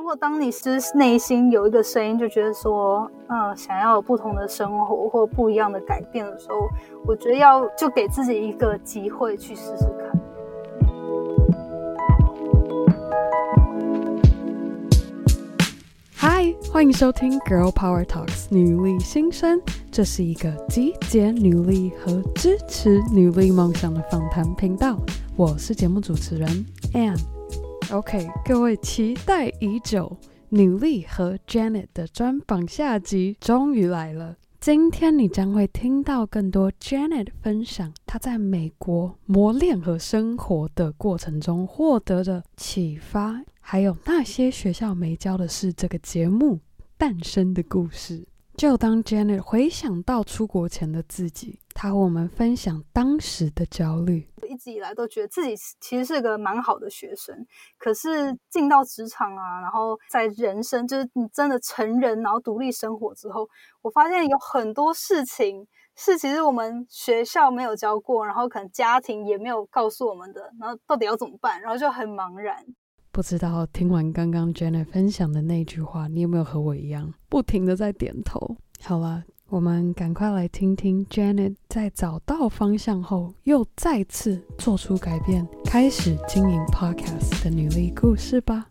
果当你就是内心有一个声音就觉得说想要有不同的生活或不一样的改变的时候，我觉得就给自己一个机会去试试看。 嗨，欢迎收听 Girl Power Talks 女力新生，这是一个集结女力和支持女力梦想的访谈频道。我是节目主持人 Ann。OK， 各位期待已久，女力和 Janet 的专访下集终于来了。今天你将会听到更多 Janet 分享她在美国磨练和生活的过程中获得的启发，还有那些学校没教的事这个节目诞生的故事。就当 Janet 回想到出国前的自己，她和我们分享当时的焦虑。 一直以来都觉得自己其实是个蛮好的学生，可是进到职场啊，然后在人生就是你真的成人然后独立生活之后，我发现有很多事情是其实我们学校没有教过，然后可能家庭也没有告诉我们的，然后到底要怎么办，然后就很茫然。 不知道听完刚刚 Janet 分享的那句话，你有没有和我一样不停的在点头？好了，我们赶快来听听 Janet 在找到方向后又再次做出改变，开始经营 Podcast 的女力故事吧。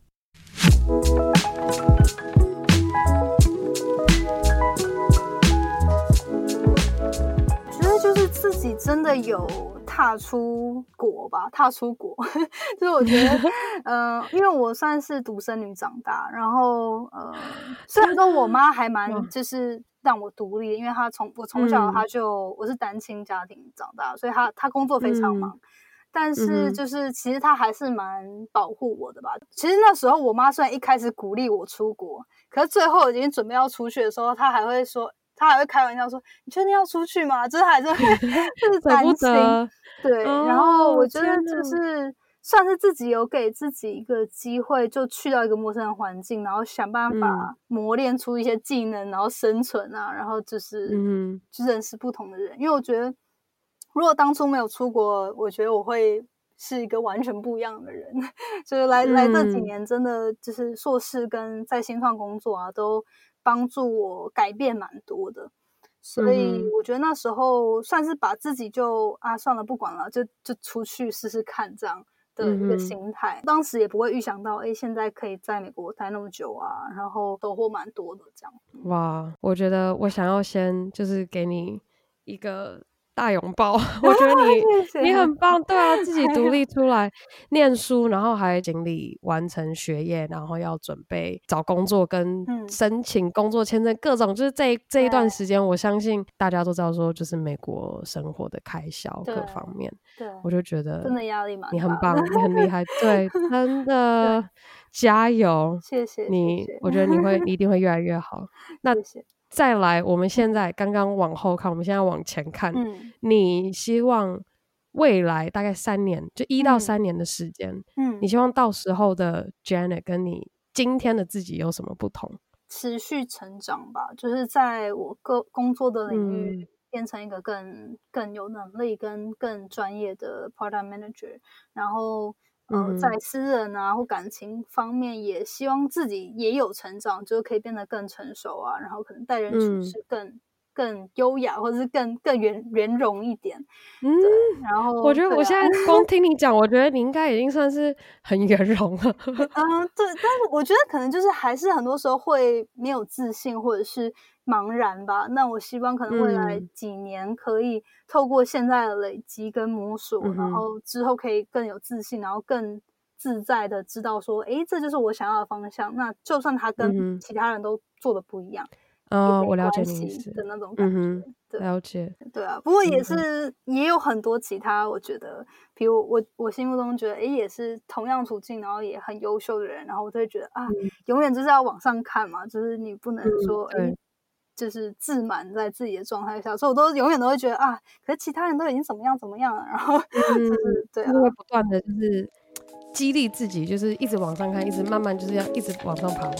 觉得就是自己真的有踏出国，就是我觉得因为我算是独生女长大，然后虽然说我妈还蛮就是让我独立的，因为我从小我是单亲家庭长大，所以她工作非常忙，但是就是其实她还是蛮保护我的吧。其实那时候我妈虽然一开始鼓励我出国，可是最后已经准备要出去的时候，她还会开玩笑说：“你确定要出去吗？”就是还是就是担心，对。然后我觉得就是算是自己有给自己一个机会，就去到一个陌生的环境，然后想办法磨练出一些技能，然后生存啊，然后就是去认识不同的人。因为我觉得，如果当初没有出国，我觉得我会是一个完全不一样的人。就是来这几年，真的就是硕士跟在新创工作啊，都帮助我改变蛮多的。所以我觉得那时候算是把自己算了不管了，就出去试试看这样的一个心态。当时也不会预想到现在可以在美国待那么久啊，然后收获蛮多的这样。 哇，我觉得我想要先就是给你一个大拥抱。我觉得你很棒，对啊，自己独立出来念书，然后还尽力完成学业，然后要准备找工作跟申请工作签证，各种就是这一段时间，我相信大家都知道说就是美国生活的开销各方面，对，我就觉得真的压力蛮大的， 你很棒，你很厉害，对，真的加油， 谢谢我觉得你一定会越来越好。那谢谢。再来，我们现在刚刚往后看，我们现在往前看，你希望未来大概3年，就1到3年的时间，你希望到时候的 Janet 跟你今天的自己有什么不同？ 持续成长吧，就是在我工作的领域变成一个更有能力跟更专业的 product manager， 然后在私人啊或感情方面也希望自己也有成长，就是可以变得更成熟啊，然后可能待人处事更优雅，或者是更圆融一点。对，然后我觉得我现在光听你讲，我觉得你应该已经算是很圆融了。 对，但是我觉得可能就是还是很多时候会没有自信或者是茫然吧。那我希望可能未来几年可以透过现在的累积跟摸索，然后之后可以更有自信，然后更自在的知道说，这就是我想要的方向。那就算他跟其他人都做的不一样， 我了解你意思的那种感觉。 了解， 对啊，不过也有很多其他，我觉得，比如我心目中觉得，也是同样处境，然后也很优秀的人，然后我就会觉得永远就是要往上看嘛，就是你不能说就是自满在自己的状态下，所以我永远都会觉得可是其他人都已经怎么样了，然后就是对啊， 会不断的就是激励自己，就是一直往上看，一直慢慢就是要一直往上爬，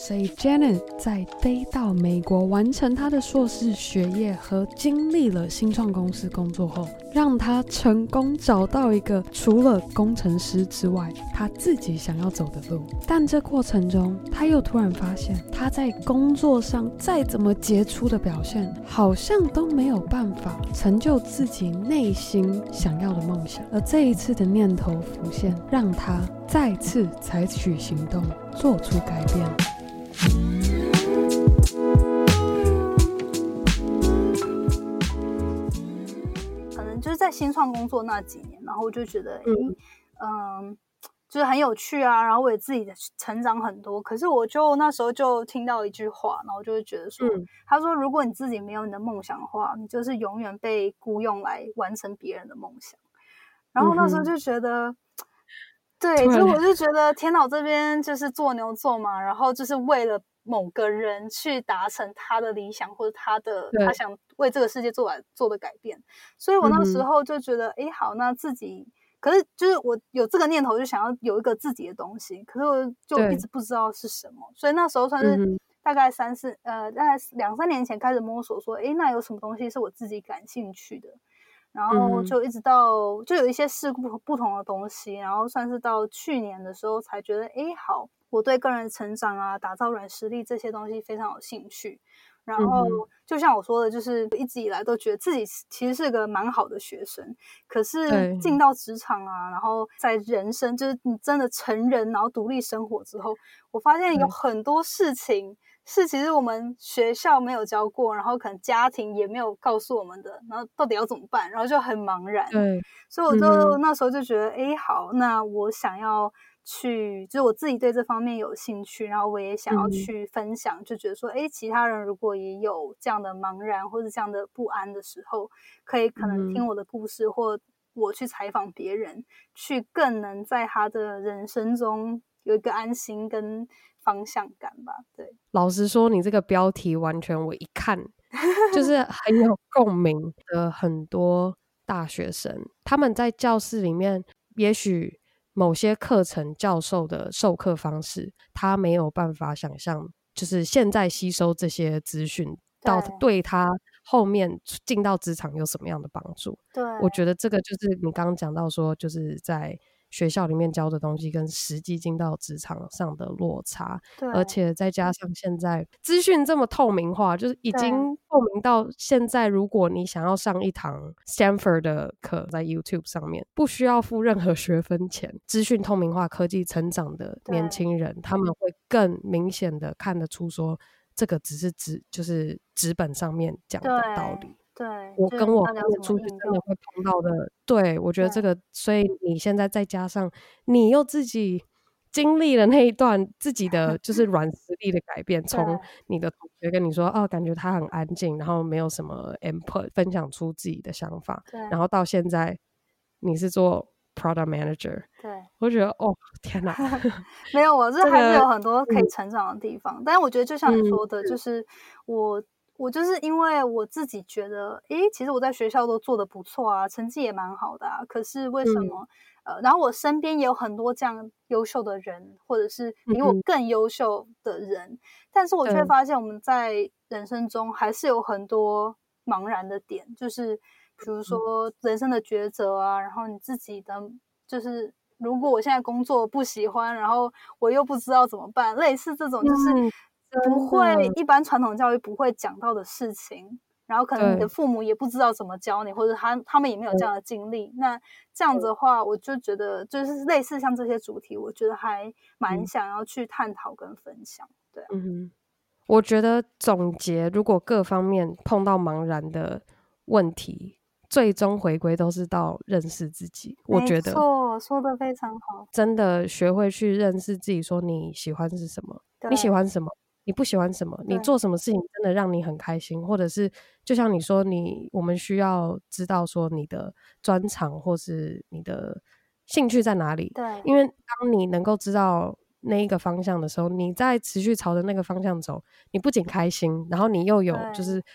所以 Janet 在飞到美国完成她的硕士学业和经历了新创公司工作后，让她成功找到一个除了工程师之外她自己想要走的路。但这过程中她又突然发现，她在工作上再怎么杰出的表现，好像都没有办法成就自己内心想要的梦想。而这一次的念头浮现，让她再次采取行动，做出改变。 可能就是在新创工作那几年，然后我就觉得就是很有趣啊，然后我也自己的成长很多。可是我就那时候就听到一句话，然后就会觉得说，他说如果你自己没有你的梦想的话，你就是永远被雇佣来完成别人的梦想。然后那时候就觉得对，所以我就觉得天哪，我这边就是做牛做马，然后就是为了某个人去达成他的理想，或者他想为这个世界做的改变。所以我那时候就觉得好，那自己可是就是我有这个念头，就想要有一个自己的东西，可是我就一直不知道是什么。所以那时候算是大概大概2-3年前开始摸索说，那有什么东西是我自己感兴趣的。然后就一直到就有一些试过不同的东西，然后算是到去年的时候才觉得好，我对个人成长啊、打造软实力这些东西非常有兴趣。然后就像我说的，就是一直以来都觉得自己其实是个蛮好的学生，可是进到职场啊，然后在人生就是你真的成人，然后独立生活之后，我发现有很多事情是其实我们学校没有教过，然后可能家庭也没有告诉我们的，然后到底要怎么办，然后就很茫然。所以我就那时候就觉得好，那我想要去就是我自己对这方面有兴趣，然后我也想要去分享，就觉得说其他人如果也有这样的茫然或者这样的不安的时候，可能听我的故事，或我去采访别人，去更能在他的人生中有一个安心跟方向感吧。对， 老实说你这个标题完全我一看就是很有共鸣的。很多大学生他们在教室里面，也许某些课程教授的授课方式他没有办法想象，就是现在吸收这些资讯到对他后面进到职场有什么样的帮助。 对， 我觉得这个就是你刚刚讲到说，就是在学校里面教的东西跟实际进到职场上的落差。而且再加上现在资讯这么透明化，就是已经透明到现在如果你想要上一堂 Stanford 的课在 YouTube 上面，不需要付任何学分钱。资讯透明化、科技成长的年轻人，他们会更明显的看得出说，这个只是就是纸本上面讲的道理。 对， 我跟我后面出去真的会碰到的。对，我觉得这个，所以你现在再加上你又自己经历了那一段自己的就是软实力的改变，从你的同学跟你说感觉他很安静，然后没有什么 input， 分享出自己的想法，然后到现在你是做 product manager。 对， 我觉得天哪没有，我这还是有很多可以成长的地方。但是我觉得就像你说的，就是我就是因为我自己觉得其实我在学校都做得不错啊，成绩也蛮好的啊，可是为什么然后我身边也有很多这样优秀的人，或者是比我更优秀的人，但是我却发现我们在人生中还是有很多茫然的点，就是比如说人生的抉择啊，然后你自己的就是如果我现在工作不喜欢，然后我又不知道怎么办，类似这种就是不会一般传统教育不会讲到的事情，然后可能你的父母也不知道怎么教你，或者他们也没有这样的经历。那这样子的话，我就觉得就是类似像这些主题，我觉得还蛮想要去探讨跟分享。对啊， 我觉得总结，如果各方面碰到茫然的问题，最终回归都是到认识自己。我觉得没错，说得非常好。 真的学会去认识自己，说你喜欢是什么，你喜欢什么，你不喜欢什么，你做什么事情真的让你很开心，或者是就像你说我们需要知道说你的专长或是你的兴趣在哪里。 对， 因为当你能够知道那一个方向的时候，你在持续朝着那个方向走，你不仅开心，然后你又有就是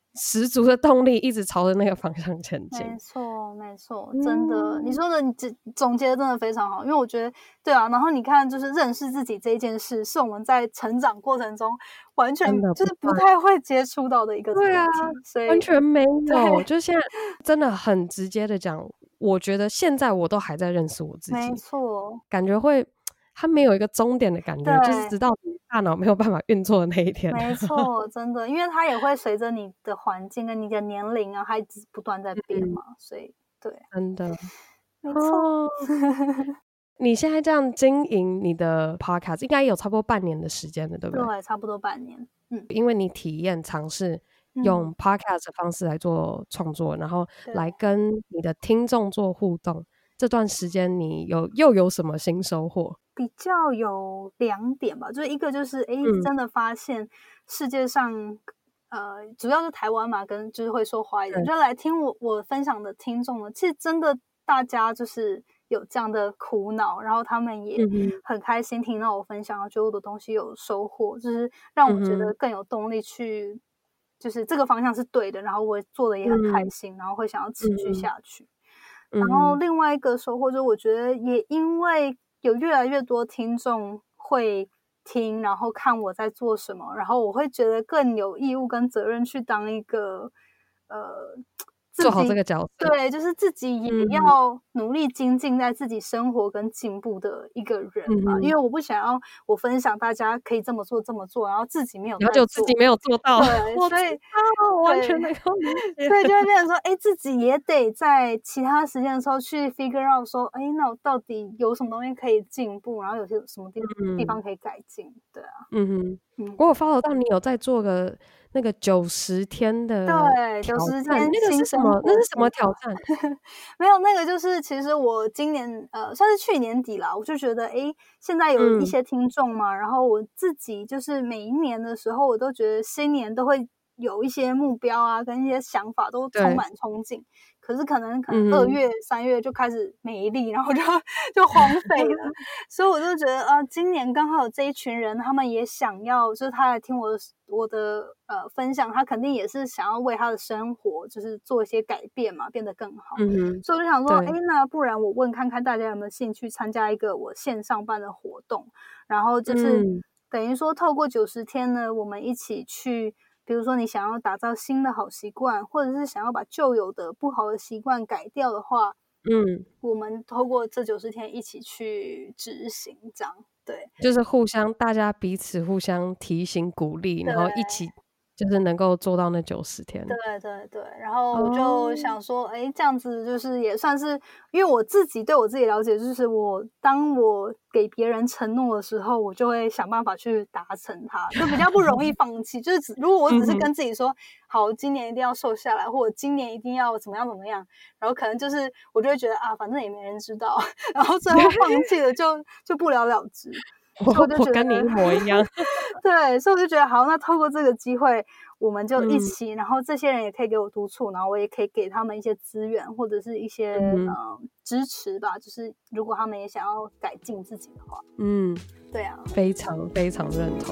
十足的动力一直朝着那个方向前进。 没错没错，真的，你说的你总结的真的非常好，因为我觉得对啊，然后你看就是认识自己这一件事是我们在成长过程中完全就是不太会接触到的一个主题， 对啊， 所以完全没有，就是现在真的很直接的讲，我觉得现在我都还在认识我自己， 没错， 感觉会它没有一个终点的感觉，就是直到你大脑没有办法运作的那一天。 没错，真的，因为它也会随着你的环境跟你的年龄啊，它一直不断在变嘛，所以对， 真的没错。 你现在这样经营你的 podcast 应该有差不多半年的时间了，对不对？ 对，差不多半年。 因为你体验尝试用 podcast 的方式来做创作，然后来跟你的听众做互动，这段时间你又有什么新收获？ 比较有2点吧，就是一个就是真的发现世界上主要是台湾嘛，跟就是会说华语的，就来听我分享的听众呢，其实真的大家就是有这样的苦恼，然后他们也很开心听到我分享，觉得我的东西有收获，就是让我觉得更有动力去，就是这个方向是对的，然后我做的也很开心，然后会想要持续下去。然后另外一个收获就是我觉得也因为有越来越多听众会听，然后看我在做什么，然后我会觉得更有义务跟责任去当一个做好这个角色， 对，就是自己也要努力精进在自己生活跟进步的一个人嘛。因为我不想要我分享大家可以这么做，然后自己没有在做， 然后就自己没有做到， 对，所以我完全能够理解。 所以就会变成说，自己也得在其他时间的时候去 figure out 说，那我到底有什么东西可以进步，然后有些什么地方可以改进，对啊。 我有 follow 到你有在做个那个90天的挑战， 90天那个是什么？那是什么挑战？ 没有，那个就是其实我今年算是去年底啦，我就觉得现在有一些听众嘛，然后我自己就是每一年的时候，我都觉得新年都会有一些目标啊，跟一些想法都充满憧憬。可是可能2月、3月就开始没力，然后就荒废了。所以我就觉得今年刚好有这一群人，他们也想要，就是他来听我的分享，他肯定也是想要为他的生活就是做一些改变嘛，变得更好。所以我就想说，那不然我问看看大家有没有兴趣参加一个我线上办的活动，然后就是等于说透过90天呢，我们一起去。比如说你想要打造新的好习惯，或者是想要把旧有的不好的习惯改掉的话，我们透过这90天一起去执行，这样对， 就是大家彼此互相提醒鼓励，然后一起就是能够做到那90天。 对对对，然后我就想说，这样子就是也算是，因为我自己对我自己了解，就是当我给别人承诺的时候，我就会想办法去达成它，就比较不容易放弃。就是如果我只是跟自己说，好，今年一定要瘦下来，或者今年一定要怎么样，然后可能就是我就会觉得反正也没人知道，然后最后放弃了就不了了之。 我跟你一模一样。 对，所以我就觉得好，那透过这个机会，我们就一起，然后这些人也可以给我督促，然后我也可以给他们一些资源或者是一些支持吧，就是如果他们也想要改进自己的话，对啊， 非常非常认同。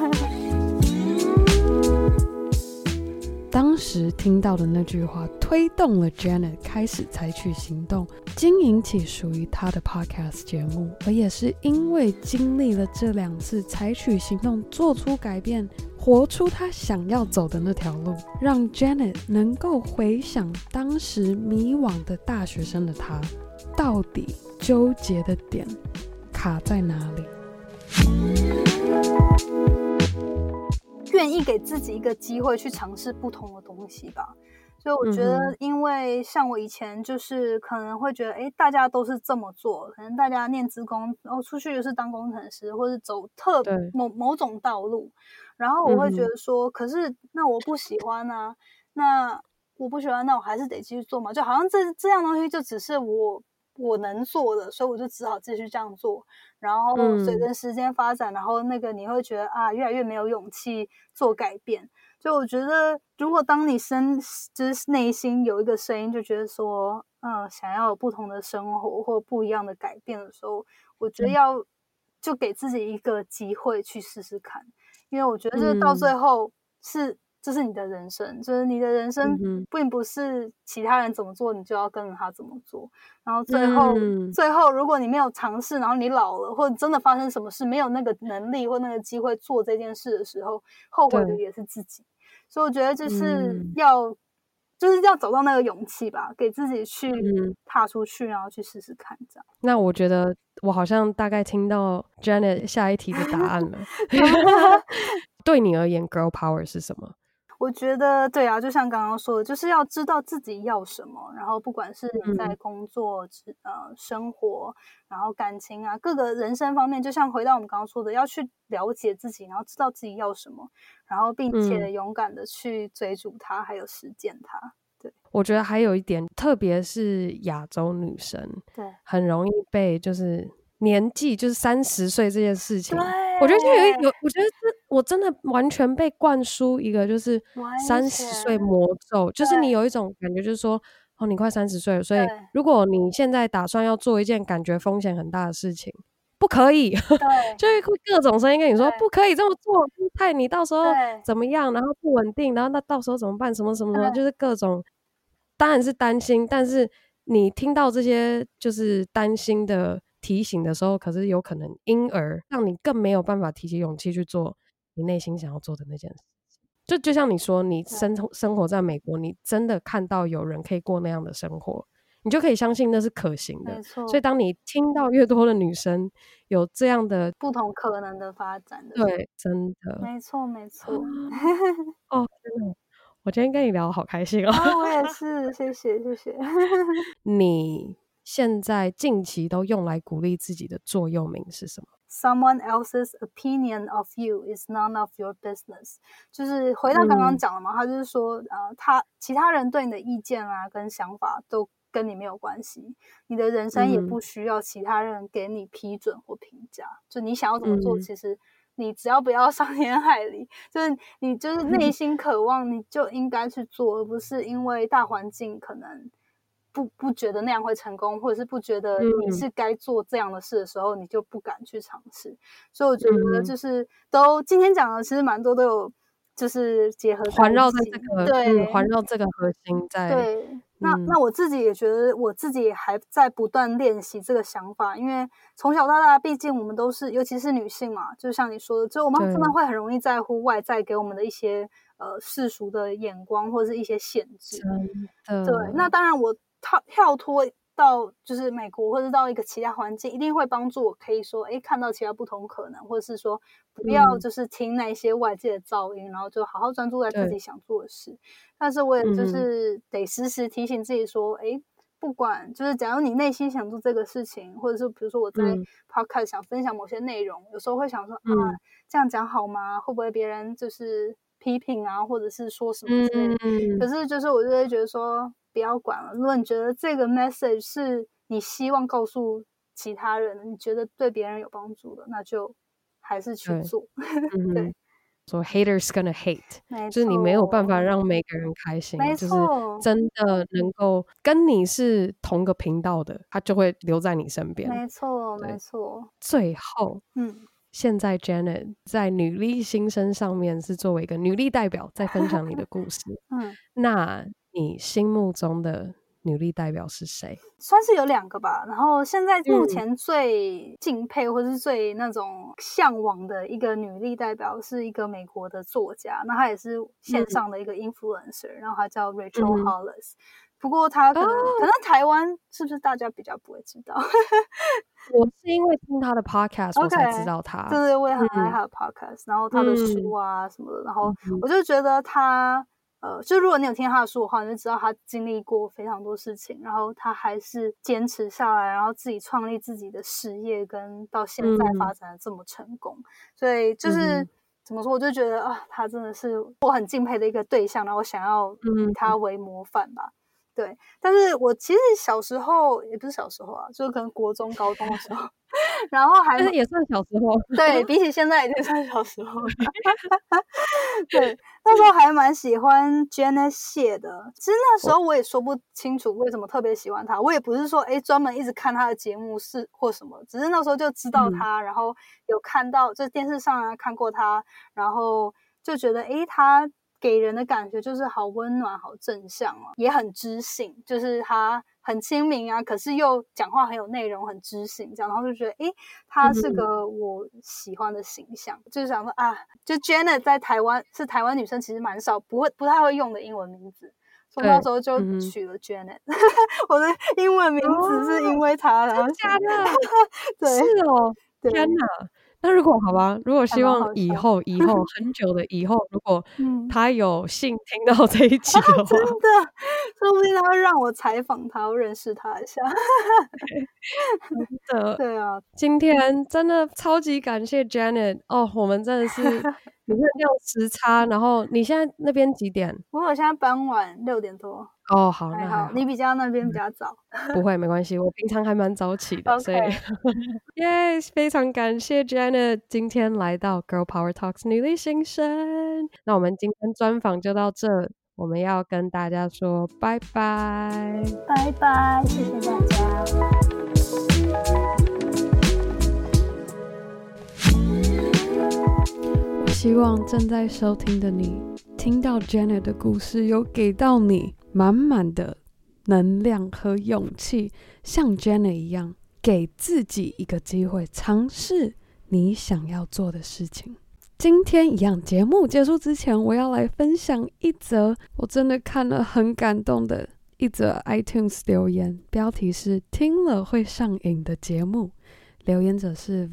当时听到的那句话推动了 Janet 开始采取行动，经营起属于她的 podcast 节目，而也是因为经历了这2次采取行动做出改变，活出她想要走的那条路，让 Janet 能够回想当时迷惘的大学生的她，到底纠结的点卡在哪里。 愿意给自己一个机会去尝试不同的东西吧。所以我觉得因为像我以前就是可能会觉得大家都是这么做，可能大家念资工然后出去就是当工程师或是走某种道路，然后我会觉得说可是那我不喜欢啊，那我不喜欢那我还是得继续做嘛，就好像这样东西就只是我能做的，所以我就只好继续这样做。然后随着时间发展，然后那个你会觉得越来越没有勇气做改变。就我觉得，如果当你就是内心有一个声音，就觉得说，想要有不同的生活或不一样的改变的时候，我觉得就给自己一个机会去试试看，因为我觉得这到最后是这是你的人生，就是你的人生并不是其他人怎么做你就要跟着他怎么做，然后最后如果你没有尝试，然后你老了或者真的发生什么事没有那个能力或那个机会做这件事的时候，后悔的也是自己。所以我觉得就是要找到那个勇气吧，给自己去踏出去，然后去试试看这样。 那我觉得我好像大概听到 Janet 下一题的答案了。对你而言 girl power 是什么？ 我觉得对啊，就像刚刚说的，就是要知道自己要什么，然后不管是你在工作、生活，然后感情啊，各个人生方面，就像回到我们刚刚说的，要去了解自己，然后知道自己要什么，然后并且勇敢的去追逐它，还有实践它。对，我觉得还有一点，特别是亚洲女生， 对， 很容易被就是年纪就是30岁这件事情， 我觉得我觉得我真的完全被灌输一个就是30岁魔咒，就是你有一种感觉就是说哦，你快30岁了，所以如果你现在打算要做一件感觉风险很大的事情，不可以，就是各种声音跟你说不可以这么做，太你到时候怎么样，然后不稳定，然后那到时候怎么办，什么什么什么，就是各种，当然是担心，但是你听到这些就是担心的提醒的时候，可是有可能因而让你更没有办法提起勇气去做你内心想要做的那件事。就像你说，你生活在美国，你真的看到有人可以过那样的生活，你就可以相信那是可行的。所以当你听到越多的女生有这样的不同可能的发展的， 对，真的没错哦，真的，我今天跟你聊好开心哦。 我也是，谢谢你现在近期都用来鼓励自己的座右铭是什么？ Someone else's opinion of you is none of your business。 就是回到刚刚讲了嘛，他就是说其他人对你的意见啊跟想法都跟你没有关系，你的人生也不需要其他人给你批准或评价，就你想要怎么做，其实你只要不要伤天害理，就是你就是内心渴望你就应该去做，而不是因为大环境可能不觉得那样会成功，或者是不觉得你是该做这样的事的时候，你就不敢去尝试。所以我觉得就是今天讲的其实蛮多都有就是结合环绕在这个对环绕这个核心在。 对，那我自己也觉得我自己也还在不断练习这个想法，因为从小到大毕竟我们都是尤其是女性嘛，就像你说的，就我们真的会很容易在乎外在给我们的一些世俗的眼光或者是一些限制。 真的。 对，那当然我跳脱到就是美国或者到一个其他环境，一定会帮助我可以说看到其他不同可能，或者是说不要就是听那些外界的噪音，然后就好好专注在自己想做的事。但是我也就是得时时提醒自己说不管就是假如你内心想做这个事情，或者是比如说我在 podcast 想分享某些内容，有时候会想说这样讲好吗？会不会别人就是批评啊，或者是说什么之类的。可是就是我就会觉得说不要管了，如果你觉得这个 message 是你希望告诉其他人的，你觉得对别人有帮助的，那就还是去做。对。 So haters gonna hate， 就是你没有办法让每个人开心，就是真的能够跟你是同个频道的，他就会留在你身边。 没错。 最后现在 Janet 在女力新生上面是作为一个女力代表在分享你的故事。那你心目中的女力代表是谁？ 算是有2个吧，然后现在目前最敬佩或是最那种向往的一个女力代表是一个美国的作家，那她也是线上的一个 influencer，然后她叫 Rachel Hollis。不过她可能台湾是不是大家比较不会知道？ 我是因为听她的 podcast 我才知道她。 对，我也很爱她的 podcast，然后她的书啊什么的，然后我就觉得她就如果你有听他的书的话，你就知道他经历过非常多事情，然后他还是坚持下来，然后自己创立自己的事业，跟到现在发展的这么成功。所以就是怎么说，我就觉得他真的是我很敬佩的一个对象，然后我想要以他为模范吧。对，但是我其实小时候也不是小时候啊，就是可能国中高中的时候然后还也算小时候， 对，比起现在已经算小时候对，那时候还蛮喜欢 Janet 写的，其实那时候我也说不清楚为什么特别喜欢他，我也不是说专门一直看他的节目是或什么，只是那时候就知道他，然后有看到就是电视上看过他，然后就觉得他给人的感觉就是好温暖好正向哦，也很知性，就是他很亲民啊，可是又讲话很有内容，很知性这样，然后就觉得他是个我喜欢的形象，就是想说啊，就 Janet 在台湾是台湾女生其实蛮少不太会用的英文名字，所以那时候就取了 Janet 我的英文名字是因为他啦， 假的对， 是哦，天哪，那如果好吧，如果希望以后很久的以后，如果他有幸听到这一集的话， 真的，说不定他会让我采访他，我认识他一下。 真的， 对啊， 今天真的超级感谢 Janet 哦，我们真的是你看这样时差，然后你现在那边几点？ 我现在傍晚6点多。 哦，好，那还还好， 你比较那边比较早。 不会，没关系，我平常还蛮早起的，所以耶，非常感谢 Janet 今天来到 Girl Power Talks 女力新生。那我们今天专访就到这，我们要跟大家说拜拜， 拜拜，谢谢大家。 我希望正在收听的你，听到 Janet 的故事，有给到你满满的能量和勇气，像 Janet 一样，给自己一个机会，尝试你想要做的事情。今天一样，节目结束之前，我要来分享一则我真的看了很感动的一则 iTunes 留言，标题是听了会上瘾的节目。留言者是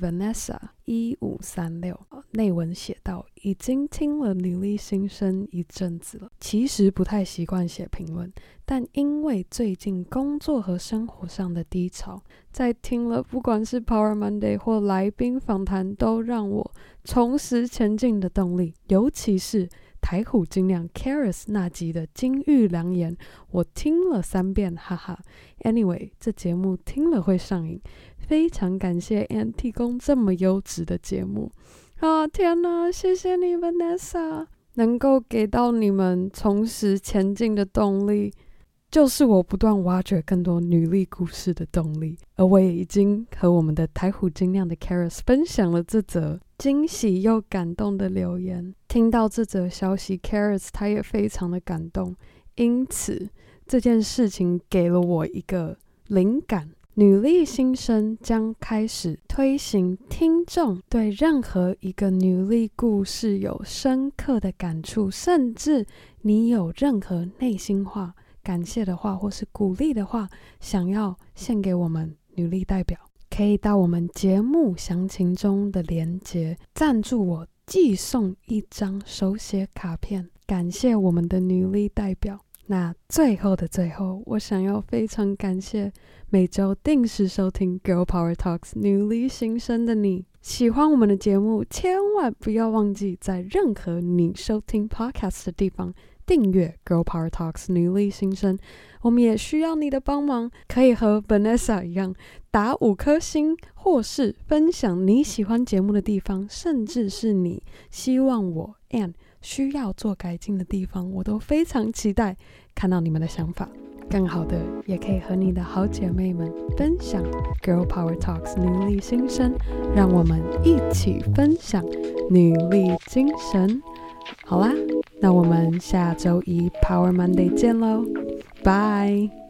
Vanessa1536， 内文写道，已经听了女力新生一阵子了，其实不太习惯写评论，但因为最近工作和生活上的低潮，在听了不管是 Power Monday 或来宾访谈，都让我重拾前进的动力，尤其是台虎精酿 Karis 那集的金玉良言，我听了3遍，哈哈。Anyway， 这节目听了会上瘾，非常感谢 Ann 提供这么优质的节目啊！天哪，谢谢你 Vanessa， 能够给到你们重拾前进的动力，就是我不断挖掘更多女力故事的动力。而我也已经和我们的台虎精酿的 Karis 分享了这则惊喜又感动的留言。听到这则消息 Karis 他也非常的感动，因此这件事情给了我一个灵感，女力新生将开始推行听众对任何一个女力故事有深刻的感触，甚至你有任何内心话、感谢的话或是鼓励的话想要献给我们女力代表，可以到我们节目详情中的连结赞助我寄送一张手写卡片，感谢我们的女力代表。那最后的最后，我想要非常感谢每周定时收听 Girl Power Talks 女力新生的你。喜欢我们的节目，千万不要忘记在任何你收听 podcast 的地方订阅 Girl Power Talks 女力新生。我们也需要你的帮忙，可以和 Vanessa 一样打5颗星，或是分享你喜欢节目的地方，甚至是你希望我 and 需要做改进的地方，我都非常期待看到你们的想法。更好的，也可以和你的好姐妹们分享 Girl Power Talks 女力新生，让我们一起分享女力精神。好啦，那我们下周一 Power Monday 见咯，拜。